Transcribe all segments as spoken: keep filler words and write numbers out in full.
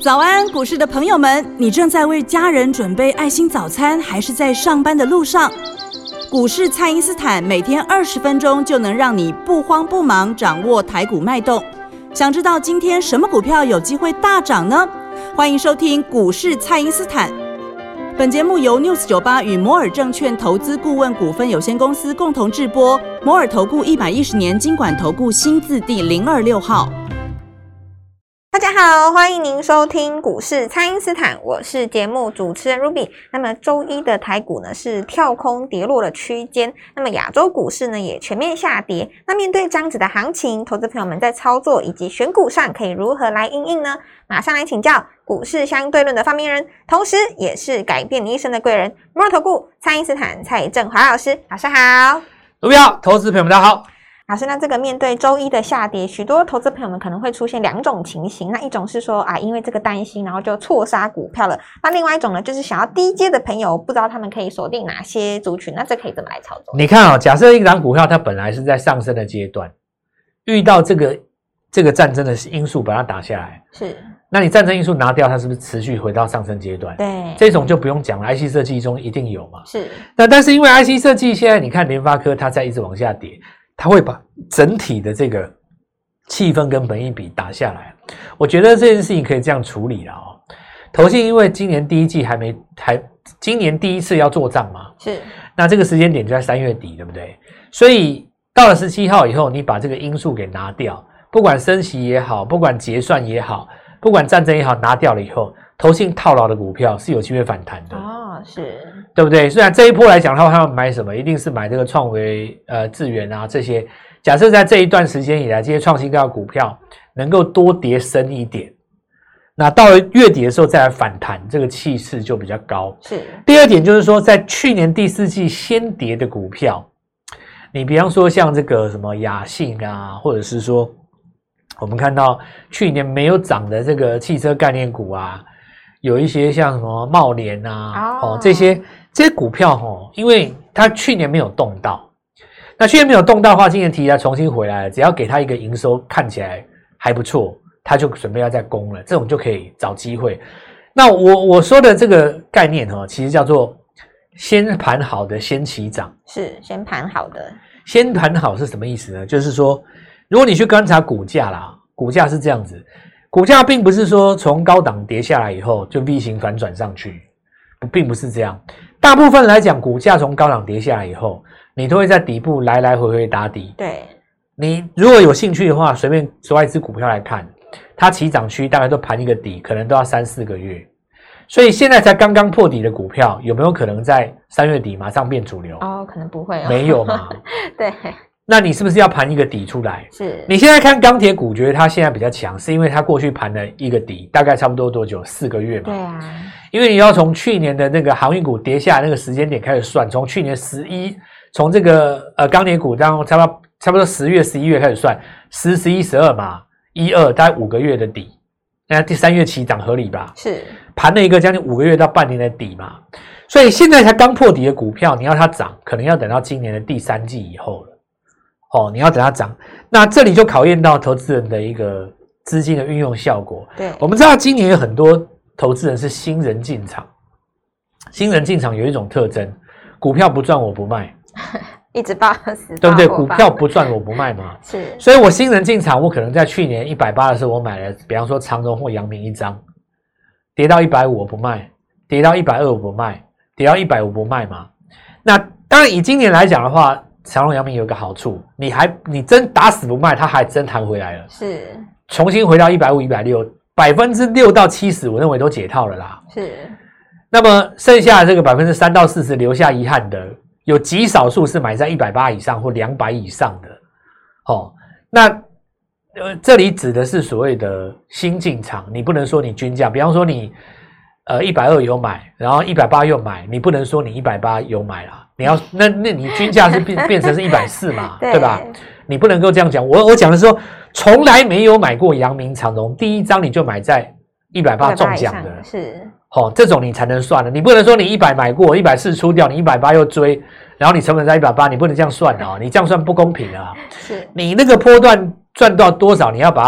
早安，股市的朋友们，你正在为家人准备爱心早餐，还是在上班的路上？股市蔡因斯坦每天二十分钟就能让你不慌不忙掌握台股脉动。想知道今天什么股票有机会大涨呢？欢迎收听股市蔡因斯坦。本节目由 News 九十八与摩尔证券投资顾问股份有限公司共同制播，摩尔投顾一百一十年金管投顾新字第零二六号。 大家好，欢迎您收听股市蔡因斯坦，我是节目主持人 Ruby。那么周一的台股呢是跳空跌落了区间，那么亚洲股市呢也全面下跌。那面对这样子的行情，投资朋友们在操作以及选股上可以如何来因应呢？马上来请教股市相对论的发明人，同时也是改变你一生的贵人——摩尔投顾蔡因斯坦蔡正华老师。老师好。 卢标，投资朋友们大家好。 老师，那这个面对周一的下跌，许多投资朋友们可能会出现两种情形。那一种是说啊，因为这个担心，然后就错杀股票了。那另外一种呢，就是想要低阶的朋友，不知道他们可以锁定哪些族群，那这可以怎么来操作？ 你看哦，假设一档股票它本来是在上升的阶段，遇到这个这个战争的因素把它打下来， 是， 那你战争因素拿掉，它是不是持续回到上升阶段？ 对， 这种就不用讲了 ，I C 设计中一定有嘛。 是， 那但是因为 I C 设计现在你看联发科它在一直往下跌。它会把整体的这个气氛跟本益比打下来，我觉得这件事情可以这样处理了哦。投信因为今年第一季还没还今年第一次要做账嘛， 是， 那这个时间点就在三月底，对不对？所以到了十七号以后，你把这个因素给拿掉，不管升息也好，不管结算也好，不管战争也好，拿掉了以后，投信套牢的股票是有机会反弹的。 哦，是。 对不对？虽然这一波来讲的话，他们买什么？一定是买这个创维、呃智原啊这些。假设在这一段时间以来，这些创新高的股票能够多跌深一点，那到了月底的时候再来反弹，这个气势就比较高。 是。第二点就是说，在去年第四季先跌的股票，你比方说像这个什么雅信啊，或者是说我们看到去年没有涨的这个汽车概念股啊。有一些像什么茂联啊， oh. 哦这些这些股票哦，因为它去年没有动到，那去年没有动到的话，今年题材重新回来了，只要给它一个营收看起来还不错，它就准备要再攻了，这种就可以找机会。那我我说的这个概念哦，其实叫做先盘好的先起涨， 是先盘好的， 先盘好是什么意思呢？就是说，如果你去观察股价啦，股价是这样子。股价并不是说从高档跌下来以后就 V 型反转上去，并不是这样。大部分来讲，股价从高档跌下来以后，你都会在底部来来回回打底。 对， 你如果有兴趣的话，随便抓一只股票来看，它起涨区大概都盘一个底，可能都要三四个月。所以现在才刚刚破底的股票，有没有可能在三月底马上变主流？ 哦，可能不会哦。 没有嘛？ 对。 那你是不是要盘一个底出来？ 是。 你现在看钢铁股，觉得它现在比较强，是因为它过去盘了一个底，大概差不多多久？四个月嘛。 对啊。 因为你要从去年的那个航运股跌下来那个时间点开始算，从去年十一，从这个呃钢铁股，然后差不多差不多十月、十一月开始算，十、十一、十二嘛，一二大概五个月的底，那第三月起涨合理吧？ 是。 盘了一个将近五个月到半年的底嘛，所以现在才刚破底的股票，你要它涨，可能要等到今年的第三季以后了。哦，你要等它涨，那这里就考验到投资人的一个资金的运用效果。 对， 我们知道今年有很多投资人是新人进场，新人进场有一种特征，股票不赚我不卖， 一直抱死， 对不对？股票不赚我不卖嘛。 是， 所以我新人进场，我可能在去年一百八的时候，我买了，比方说长荣或阳明一张，跌到一百五我不卖，跌到一百二我不卖，跌到一百五不卖嘛。那当然以今年来讲的话。长荣阳明有一个好处，你还你真打死不卖，它还真弹回来了， 是重新回到一百五、一百六，百分之六到七十，我认为都解套了啦。 是， 那么剩下的这个百分之三到四十留下遗憾的，有极少数是买在一百八以上或两百以上的。哦，那呃这里指的是所谓的新进场，你不能说你均价，比方说你呃一百二有买，然后一百八又买，你不能说你一百八有买啦。你要那那你均价是变变成是一百四十嘛，对, 对吧？你不能够这样讲。我我讲的是说，从来没有买过阳明长荣，第一张你就买在一百八中奖的， 是， 好、哦，这种你才能算的。你不能说你一百买过，一百四出掉，你一百八又追，然后你成本在一百八，你不能这样算啊、哦，你这样算不公平啊。 是， 你那个波段赚到多少，你要把它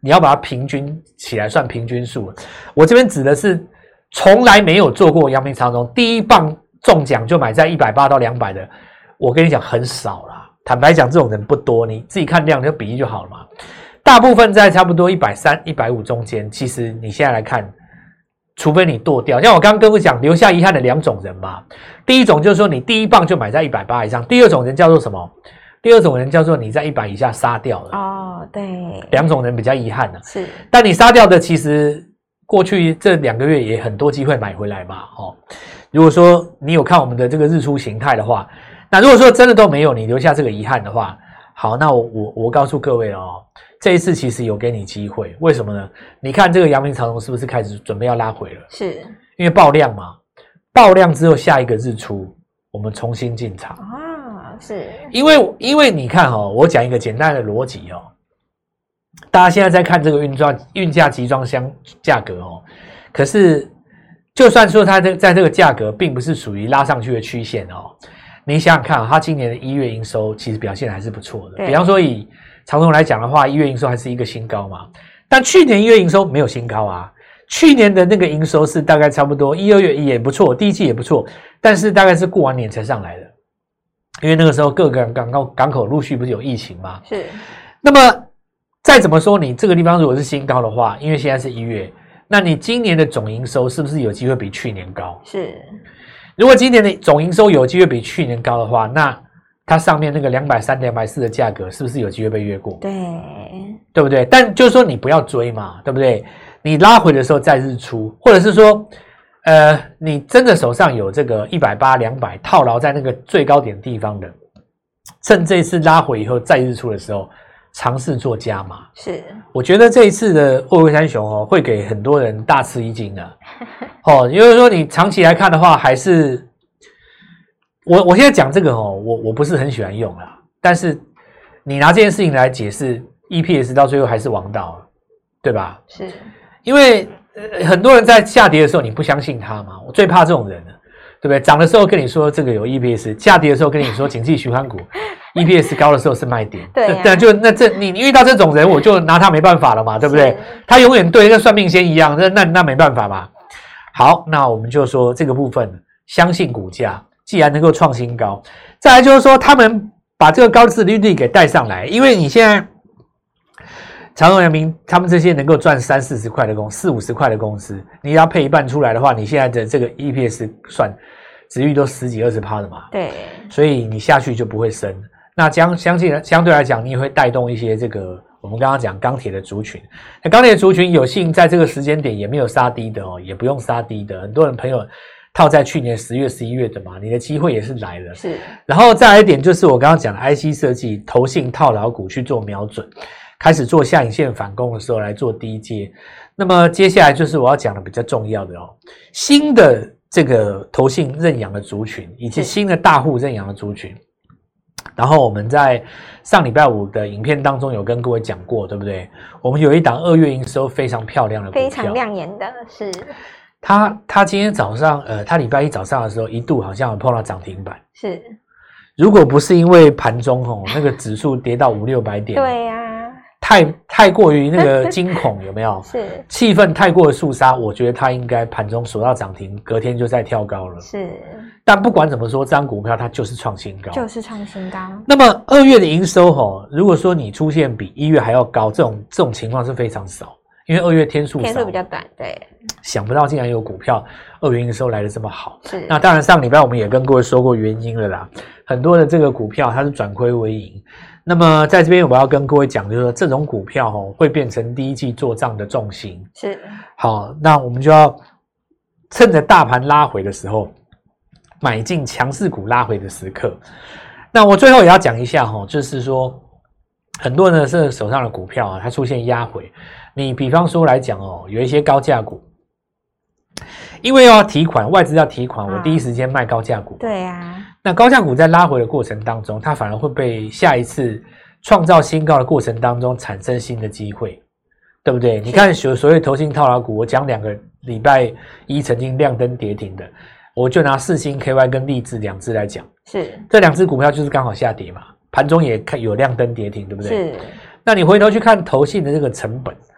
你要把它平均起来算平均数。我这边指的是从来没有做过阳明长荣第一棒中奖就买在一百八到两百的，我跟你讲很少啦。坦白讲，这种人不多，你自己看量就比例就好了嘛。大部分在差不多一百三、一百五中间，其实你现在来看。除非你剁掉，像我刚刚跟我讲，留下遗憾的两种人嘛。第一种就是说你第一棒就买在一百八以上，第二种人叫做什么？第二种人叫做你在一百以下杀掉了。 哦，对， 两种人比较遗憾的、啊。 是， 但你杀掉的其实过去这两个月也很多机会买回来嘛。哦，如果说你有看我们的这个日出形态的话，那如果说真的都没有，你留下这个遗憾的话，好，那我我我告诉各位哦。这一次其实有给你机会，为什么呢？你看这个阳明长荣是不是开始准备要拉回了？ 是， 因为爆量嘛，爆量之后下一个日出，我们重新进场啊，是， 因为因为你看哦，我讲一个简单的逻辑哦，大家现在在看这个运装运价集装箱价格哦，可是就算说它在这个价格并不是属于拉上去的曲线哦，你想想看啊，它今年的一月营收其实表现还是不错的，比方说以长荣来讲的话，一月营收还是一个新高嘛，但去年一月营收没有新高啊。去年的那个营收是大概差不多一二月也不错，第一季也不错，但是大概是过完年才上来的，因为那个时候各个港港港口陆续不是有疫情嘛。 是。 那么再怎么说，你这个地方如果是新高的话，因为现在是一月，那你今年的总营收是不是有机会比去年高？ 是。如果今年的总营收有机会比去年高的话，那它上面那个两百三、两百四的价格是不是有机会被越过？ 对， 对不对？但就是说你不要追嘛，对不对？你拉回的时候再日出，或者是说，呃，你真的手上有这个一百八、两百套牢在那个最高点地方的，趁这一次拉回以后再日出的时候，尝试做加码。是，我觉得这一次的货柜三雄哦，会给很多人大吃一惊的。哦，因为说你长期来看的话，还是。我我现在讲这个哦，我我不是很喜欢用啦，但是你拿这件事情来解释 E P S 到最后还是王道，对吧？是，因为、呃、很多人在下跌的时候你不相信他嘛，我最怕这种人了，对不对？涨的时候跟你说这个有 E P S， 下跌的时候跟你说景气循环股，E P S 高的时候是卖点，对、啊，那就那这你遇到这种人，我就拿他没办法了嘛，对不对？他永远对跟算命仙一样，那那那没办法嘛。好，那我们就说这个部分，相信股价。既然能够创新高，再来就是说他们把这个高殖利率给带上来，因为你现在长荣、阳明他们这些能够赚三四十块的公司、四五十块的公司，你要配一半出来的话，你现在的这个 E P S 算殖利率都十几二十趴的嘛，对，所以你下去就不会升。那将相信相对来讲，你也会带动一些这个我们刚刚讲钢铁的族群。那钢铁的族群有幸在这个时间点也没有杀低的哦，也不用杀低的，很多人朋友。套在去年十月、十一月的嘛，你的机会也是来了。是，然后再来一点就是我刚刚讲的 I C 设计、投信套牢股去做瞄准，开始做下影线反攻的时候来做低阶。那么接下来就是我要讲的比较重要的哦，新的这个投信认养的族群，以及新的大户认养的族群。然后我们在上礼拜五的影片当中有跟各位讲过，对不对？我们有一档二月营收非常漂亮的股票， 非常亮眼的是。 他他今天早上，呃，他礼拜一早上的时候，一度好像有碰到涨停板。是，如果不是因为盘中吼那个指数跌到五六百点， 对呀、啊， 太太过于那个惊恐，有没有？是，气氛太过于肃杀，我觉得他应该盘中锁到涨停，隔天就再跳高了。是，但不管怎么说，这张股票它就是创新高， 就是创新高。 那么二月的营收吼，如果说你出现比一月还要高，这种这种情况是非常少。因为二月天数少， 天数比较短，对， 想不到竟然有股票二月营收来的这么好。是，那当然上礼拜我们也跟各位说过原因了啦，很多的这个股票它是转亏为盈。那么在这边我要跟各位讲，就是说这种股票哦会变成第一季做账的重心。是，好，那我们就要趁着大盘拉回的时候，买进强势股拉回的时刻。那我最后也要讲一下哈，就是说很多人是手上的股票啊，它出现压回。你比方说来讲哦，有一些高价股，因为要提款，外资要提款，我第一时间卖高价股。 对呀。 那高价股在拉回的过程当中，它反而会被下一次创造新高的过程当中产生新的机会，对不对？你看所所谓投信套牢股，我讲两个礼拜一曾经亮灯跌停的，我就拿世芯 K Y 跟力智两只来讲，是这两只股票就是刚好下跌嘛，盘中也有亮灯跌停，对不对？是。那你回头去看投信的这个成本。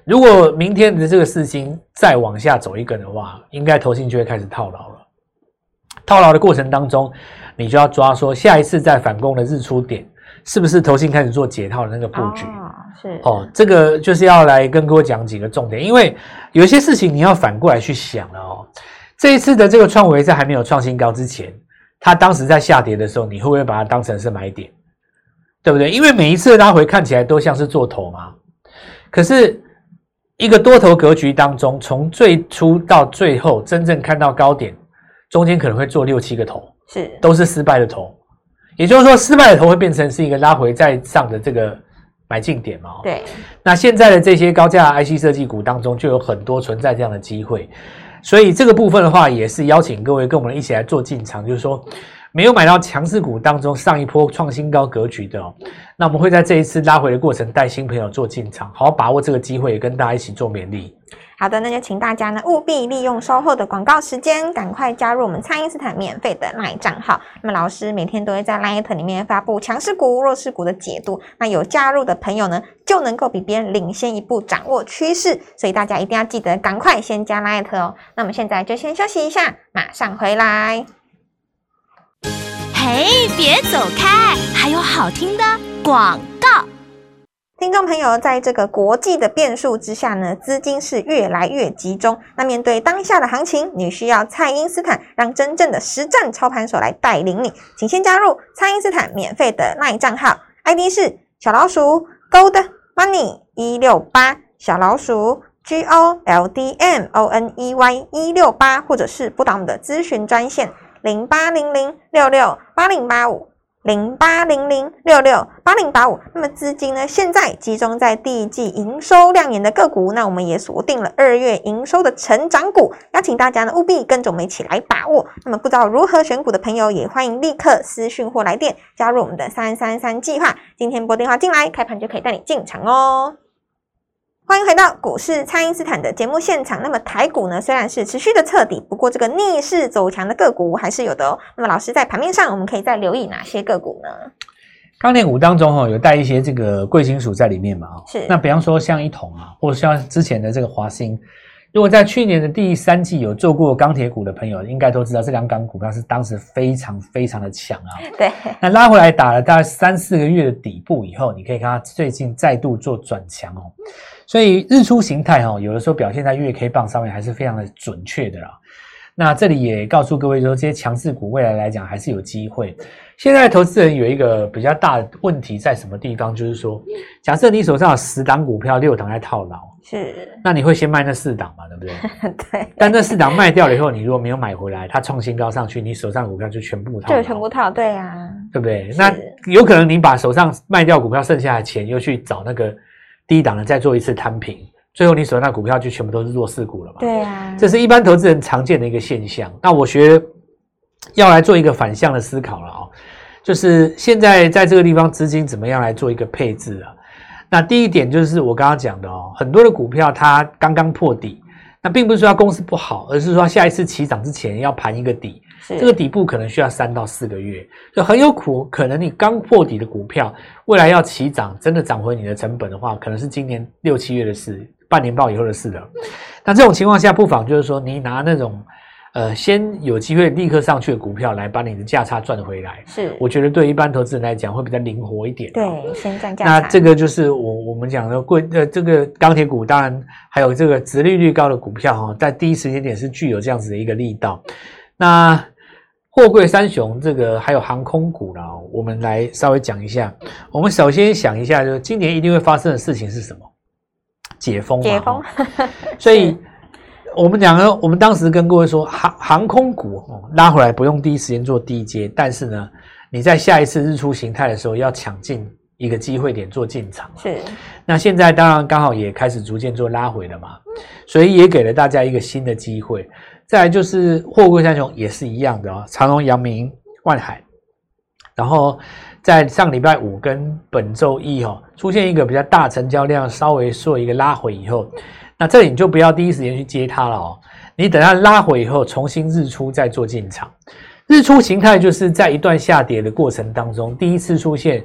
如果明天的这个四星再往下走一根的话，应该投信就会开始套牢了。套牢的过程当中，你就要抓说下一次再反攻的日出点，是不是投信开始做解套的那个布局？ 哦，是哦，这个就是要来跟各位讲几个重点，因为有一些事情你要反过来去想了哦。这一次的这个创惟在还没有创新高之前，它当时在下跌的时候，你会不会把它当成是买点？对不对？因为每一次的拉回看起来都像是做头嘛，可是一个多头格局当中，从最初到最后真正看到高点，中间可能会做六七个头， 是都是失败的头。也就是说，失败的头会变成是一个拉回再上的这个买进点嘛。 对。 那现在的这些高价 I C 设计股当中，就有很多存在这样的机会，所以这个部分的话，也是邀请各位跟我们一起来做进场，就是说没有买到强势股当中上一波创新高格局的哦，那我们会在这一次拉回的过程带新朋友做进场，好好把握这个机会，也跟大家一起做勉励。 好的，那就请大家呢务必利用稍后的广告时间，赶快加入我们蔡因斯坦免费的 LINE 账号。那么老师每天都会在 LINE 里面发布强势股、弱势股的解读。那有加入的朋友呢，就能够比别人领先一步，掌握趋势。所以大家一定要记得赶快先加 LINE 哦。那我们现在就先休息一下，马上回来。 嘿，别走开，还有好听的广告。 听众朋友，在这个国际的变数之下呢，资金是越来越集中。那面对当下的行情，你需要蔡因斯坦让真正的实战操盘手来带领你。请先加入蔡因斯坦免费的 LINE 账号 ，I D 是小老鼠 Gold Money 一六八，小老鼠 G O L D M O N E Y 一六八，或者是拨打我们的咨询专线零八零零六六八零八五。零八零零六六八零八五，那么资金呢？现在集中在第一季营收亮眼的个股，那我们也锁定了二月营收的成长股，邀请大家呢务必跟着我们一起来把握。那么不知道如何选股的朋友，也欢迎立刻私讯或来电加入我们的三三三计划。今天拨电话进来，开盘就可以带你进场哦。欢迎回到股市蔡因斯坦的节目现场。那么台股呢，虽然是持续的测底，不过这个逆势走强的个股还是有的哦。那么老师在盘面上，我们可以再留意哪些个股呢？ 钢铁股当中哦，有带一些这个贵金属在里面嘛。 是。那比方说像一统啊，或者像之前的这个华兴，如果在去年的第三季有做过钢铁股的朋友，应该都知道这两档股票是当时非常非常的强啊。 对。 那拉回来打了大概三四个月的底部以后，你可以看它最近再度做转强哦。所以日出形态哦，有的时候表现在月 K 棒上面还是非常的准确的啦。那这里也告诉各位说，这些强势股未来来讲还是有机会。现在投资人有一个比较大的问题在什么地方？就是说，假设你手上有十档股票，六档在套牢， 是， 那你会先卖那四档嘛，对不对？ 对。 但这四档卖掉了以后，你如果没有买回来，它创新高上去，你手上的股票就全部套牢， 就全部套，对啊， 对不对？那有可能你把手上卖掉股票剩下的钱，又去找那个低档的再做一次摊平，最后你手上的股票就全部都是弱势股了嘛？ 对啊， 这是一般投资人常见的一个现象。那我觉得要来做一个反向的思考了啊、哦，就是现在在这个地方资金怎么样来做一个配置啊？那第一点就是我刚刚讲的哦，很多的股票它刚刚破底，那并不是说它公司不好，而是说下一次起涨之前要盘一个底。这个底部可能需要三到四个月，就很有苦，可能你刚破底的股票，未来要起涨，真的涨回你的成本的话，可能是今年六七月的事，半年报以后的事了。那这种情况下，不妨就是说，你拿那种呃先有机会立刻上去的股票来把你的价差赚回来， 是， 我觉得对一般投资人来讲会比较灵活一点。 对，先赚价差。 那这个就是我我们讲的贵呃这个钢铁股，当然还有这个殖利率高的股票哈，在第一时间点是具有这样子的一个力道。那货柜三雄这个还有航空股啦，我们来稍微讲一下。我们首先想一下，就是今年一定会发生的事情是什么？解封嘛。 解封。 所以我们讲呢，我们当时跟各位说，航航空股、哦、拉回来不用第一时间做低接，但是呢，你在下一次日出形态的时候要抢进一个机会点做进场。 是。那现在当然刚好也开始逐渐做拉回了嘛，所以也给了大家一个新的机会。再来就是货柜三雄也是一样的哦，长荣、阳明、万海，然后在上礼拜五跟本周一哦，出现一个比较大成交量，稍微做一个拉回以后，那这里你就不要第一时间去接它了哦，你等它拉回以后重新日出再做进场。日出形态就是在一段下跌的过程当中，第一次出现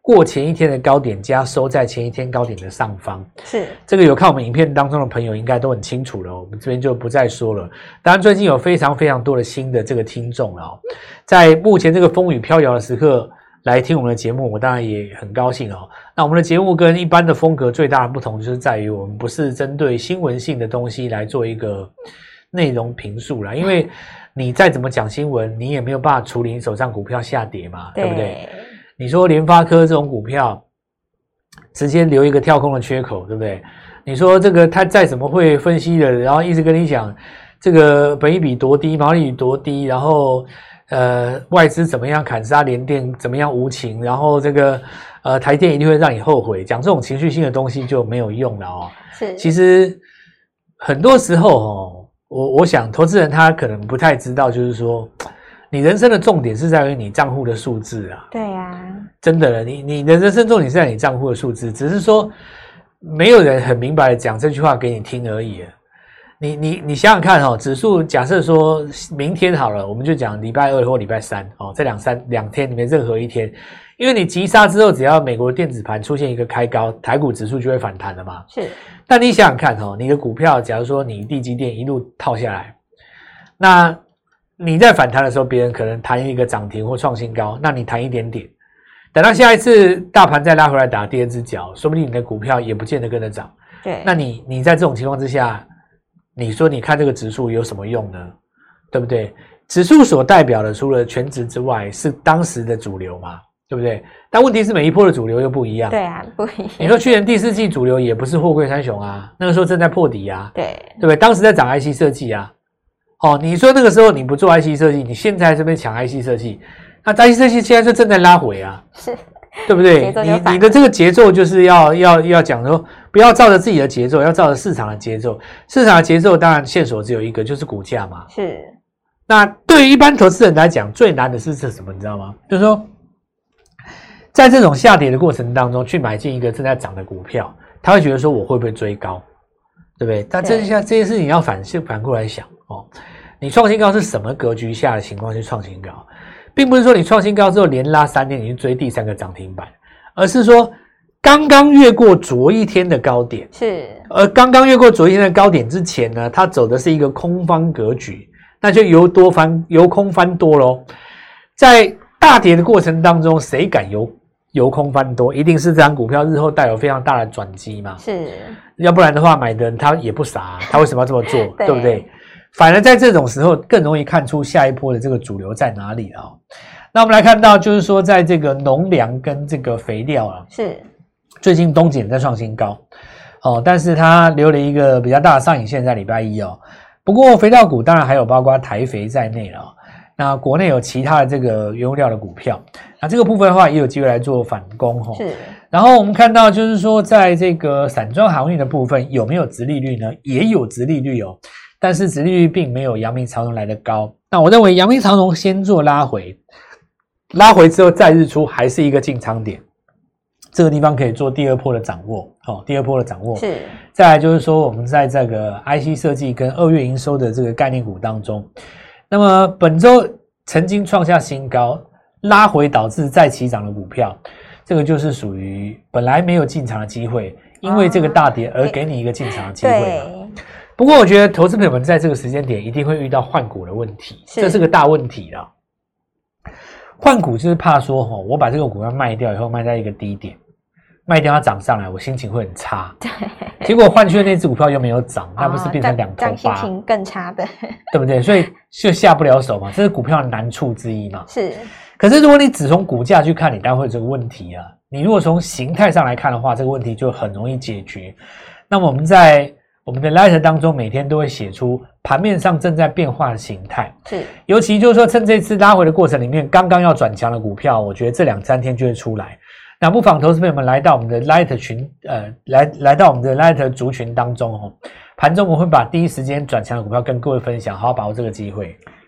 过前一天的高点加收在前一天高点的上方。 是这个有看我们影片当中的朋友应该都很清楚了，我们这边就不再说了。当然最近有非常非常多的新的这个听众了，在目前这个风雨飘摇的时刻来听我们的节目，我当然也很高兴哦。那我们的节目跟一般的风格最大的不同就是在于我们不是针对新闻性的东西来做一个内容评述啦，因为你再怎么讲新闻，你也没有办法处理你手上股票下跌嘛， 对, 对不对？你说联发科这种股票直接留一个跳空的缺口，对不对？你说这个他再怎么会分析的，然后一直跟你讲这个本益比多低，毛利率多低，然后呃外资怎么样砍杀联电，怎么样无情，然后这个呃台电一定会让你后悔，讲这种情绪性的东西就没有用了哦。 是， 其实很多时候哦，我我想投资人他可能不太知道，就是说。你人生的重点是在于你账户的数字啊， 对啊， 真的，你你的人生重点是在你账户的数字，只是说没有人很明白的讲这句话给你听而已。你你你想想看哦，指数假设说明天好了，我们就讲礼拜二或礼拜三哦，这两三两天里面任何一天，因为你急杀之后，只要美国电子盘出现一个开高，台股指数就会反弹了嘛。 是， 但你想想看哦，你的股票假如说你地基电一路套下来，那你在反弹的时候，别人可能弹一个涨停或创新高，那你弹一点点，等到下一次大盘再拉回来打第二只脚，说不定你的股票也不见得跟着涨。 对， 那你你在这种情况之下，你说你看这个指数有什么用呢？对不对？指数所代表的除了全值之外，是当时的主流嘛，对不对？但问题是每一波的主流又不一样。 对啊，不一样。 你说去年第四季主流也不是货柜三雄啊，那个时候正在破底啊， 对， 对不对？当时在涨 I C 设计啊。哦，你说那个时候你不做 I C 设计，你现在这边抢 I C 设计，那 I C 设计现在就正在拉回啊， 是， 对不对？你你的这个节奏就是要要要讲说，不要照着自己的节奏，要照着市场的节奏。市场的节奏当然线索只有一个，就是股价嘛。 是。 那对于一般投资人来讲，最难的是是什么？你知道吗？就是说，在这种下跌的过程当中，去买进一个正在涨的股票，他会觉得说我会不会追高，对不对？但这下这件事情要反反过来想哦。你创新高是什么格局下的情况去创新高，并不是说你创新高之后连拉三天你去追第三个涨停板，而是说刚刚越过昨一天的高点， 是， 而刚刚越过昨一天的高点之前呢，它走的是一个空方格局，那就由多翻由空翻多咯。在大跌的过程当中，谁敢由由空翻多？一定是这张股票日后带有非常大的转机嘛， 是， 要不然的话买的人他也不傻，他为什么要这么做？ 对, 对不对？反而在这种时候更容易看出下一波的这个主流在哪里了哦。那我们来看到，就是说在这个农粮跟这个肥料啊， 是最近东碱在创新高哦，但是它留了一个比较大的上影线在礼拜一哦。不过肥料股当然还有包括台肥在内了哦。那国内有其他的这个原物料的股票，那这个部分的话也有机会来做反攻哦。 是。 然后我们看到就是说，在这个散装航运的部分有没有殖利率呢？也有殖利率哦。但是殖利率并没有阳明长荣来的高，那我认为阳明长荣先做拉回，拉回之后再日出还是一个进场点，这个地方可以做第二波的掌握，哦，第二波的掌握。 是。再来就是说，我们在这个 I C 设计跟二月营收的这个概念股当中，那么本周曾经创下新高，拉回导致再起涨的股票，这个就是属于本来没有进场的机会，因为这个大跌而给你一个进场的机会嘛。不过我觉得投资朋友们在这个时间点一定会遇到换股的问题，这是个大问题啦。换股就是怕说齁，我把这个股票卖掉以后卖在一个低点，卖掉它涨上来，我心情会很差。对，结果换去的那只股票又没有涨，那不是变成两头疤， 心情更差的， 对不对？所以就下不了手嘛，这是股票的难处之一嘛。 是。 可是如果你只从股价去看，你当然会有这个问题啊。你如果从形态上来看的话，这个问题就很容易解决。那么我们在我们的 Light 当中每天都会写出盘面上正在变化的形态，是，尤其就是说趁这次拉回的过程里面，刚刚要转强的股票，我觉得这两三天就会出来。那不妨投资朋友们来到我们的 Light 群，呃，来来到我们的 Light 族群当中哦，盘中我会把第一时间转强的股票跟各位分享，好好把握这个机会。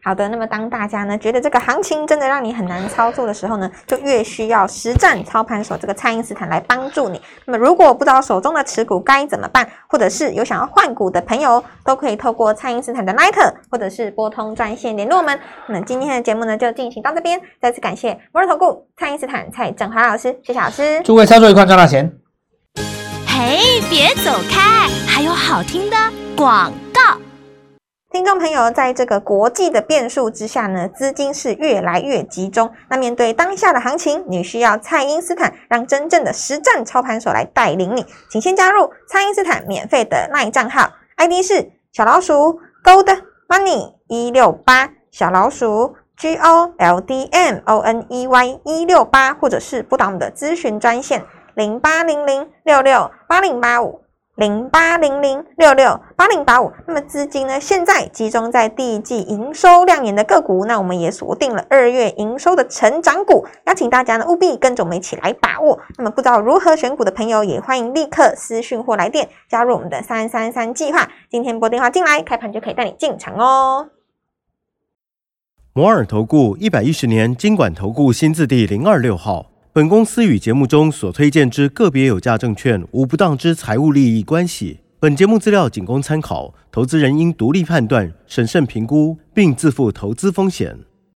好的，那么当大家呢觉得这个行情真的让你很难操作的时候呢，就越需要实战操盘手这个蔡因斯坦来帮助你。那么如果不知道手中的持股该怎么办，或者是有想要换股的朋友，都可以透过蔡因斯坦的 Line 或者是拨通专线联络我们。那今天的节目呢就进行到这边，再次感谢摩尔投顾蔡因斯坦蔡正华老师，谢谢老师， 诸位操作愉快，赚大钱。 嘿，别走开，还有好听的广告。 听众朋友，在这个国际的变数之下呢，资金是越来越集中。那面对当下的行情，你需要蔡因斯坦让真正的实战操盘手来带领你。请先加入蔡因斯坦免费的 LINE 账号 ，I D 是小老鼠 Gold Money 一六八，小老鼠 G O L D M O N E Y 一六八，或者是拨打我们的咨询专线零八零零六六八零八五。零八零零六六八零八五，那么资金呢？现在集中在第一季营收亮眼的个股，那我们也锁定了二月营收的成长股，邀请大家呢务必跟着我们一起来把握。那么不知道如何选股的朋友，也欢迎立刻私讯或来电加入我们的三三三计划。今天拨电话进来，开盘就可以带你进场哦。 摩尔投顾一百一十年金管投顾新字第零二六号。本公司与节目中所推荐之个别有价证券无不当之财务利益关系。本节目资料仅供参考，投资人应独立判断、审慎评估，并自负投资风险。